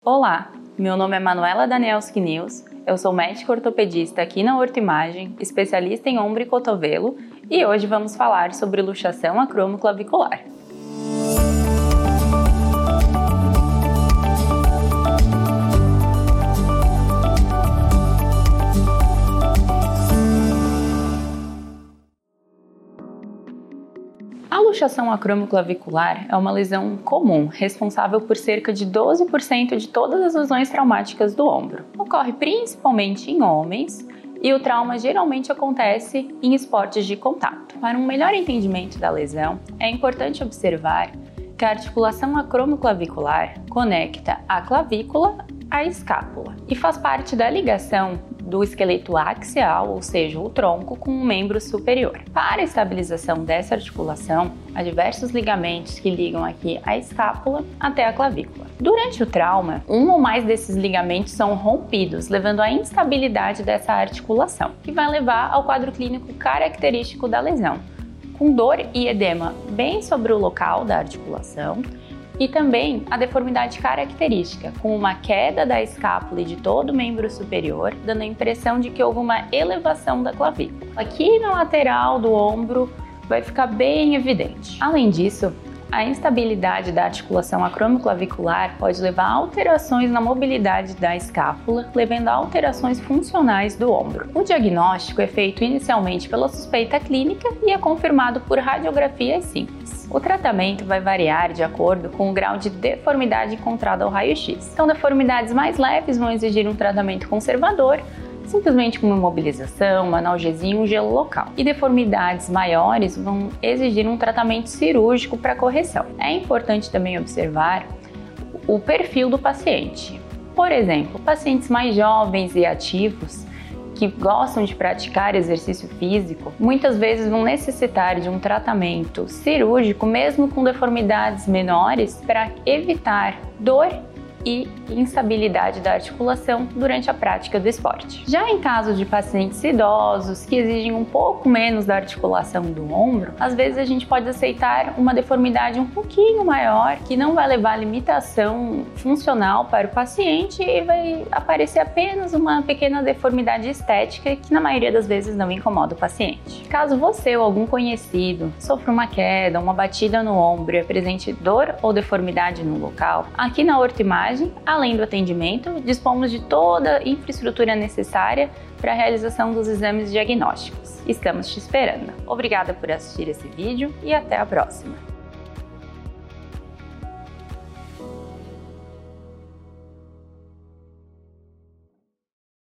Olá, meu nome é Manuela Danielski Nils, eu sou médica ortopedista aqui na Ortoimagem, especialista em ombro e cotovelo, e hoje vamos falar sobre luxação acromioclavicular. A luxação acromioclavicular é uma lesão comum, responsável por cerca de 12% de todas as lesões traumáticas do ombro. Ocorre principalmente em homens e o trauma geralmente acontece em esportes de contato. Para um melhor entendimento da lesão, é importante observar que a articulação acromioclavicular conecta a clavícula à escápula e faz parte da ligação do esqueleto axial, ou seja, o tronco, com o membro superior. Para a estabilização dessa articulação, há diversos ligamentos que ligam aqui a escápula até a clavícula. Durante o trauma, um ou mais desses ligamentos são rompidos, levando à instabilidade dessa articulação, que vai levar ao quadro clínico característico da lesão, com dor e edema bem sobre o local da articulação, e também a deformidade característica, com uma queda da escápula e de todo o membro superior, dando a impressão de que houve uma elevação da clavícula. Aqui na lateral do ombro vai ficar bem evidente. Além disso, a instabilidade da articulação acromioclavicular pode levar a alterações na mobilidade da escápula, levando a alterações funcionais do ombro. O diagnóstico é feito inicialmente pela suspeita clínica e é confirmado por radiografias simples. O tratamento vai variar de acordo com o grau de deformidade encontrado ao raio-x. Então, deformidades mais leves vão exigir um tratamento conservador, simplesmente com uma imobilização, uma analgesia e um gelo local. E deformidades maiores vão exigir um tratamento cirúrgico para correção. É importante também observar o perfil do paciente. Por exemplo, pacientes mais jovens e ativos que gostam de praticar exercício físico, muitas vezes vão necessitar de um tratamento cirúrgico, mesmo com deformidades menores, para evitar dor e instabilidade da articulação durante a prática do esporte. Já em caso de pacientes idosos que exigem um pouco menos da articulação do ombro, às vezes a gente pode aceitar uma deformidade um pouquinho maior, que não vai levar a limitação funcional para o paciente e vai aparecer apenas uma pequena deformidade estética que na maioria das vezes não incomoda o paciente. Caso você ou algum conhecido sofra uma queda, uma batida no ombro e apresente dor ou deformidade no local, aqui na Ortoimagem, além do atendimento, dispomos de toda a infraestrutura necessária para a realização dos exames diagnósticos. Estamos te esperando. Obrigada por assistir esse vídeo e até a próxima!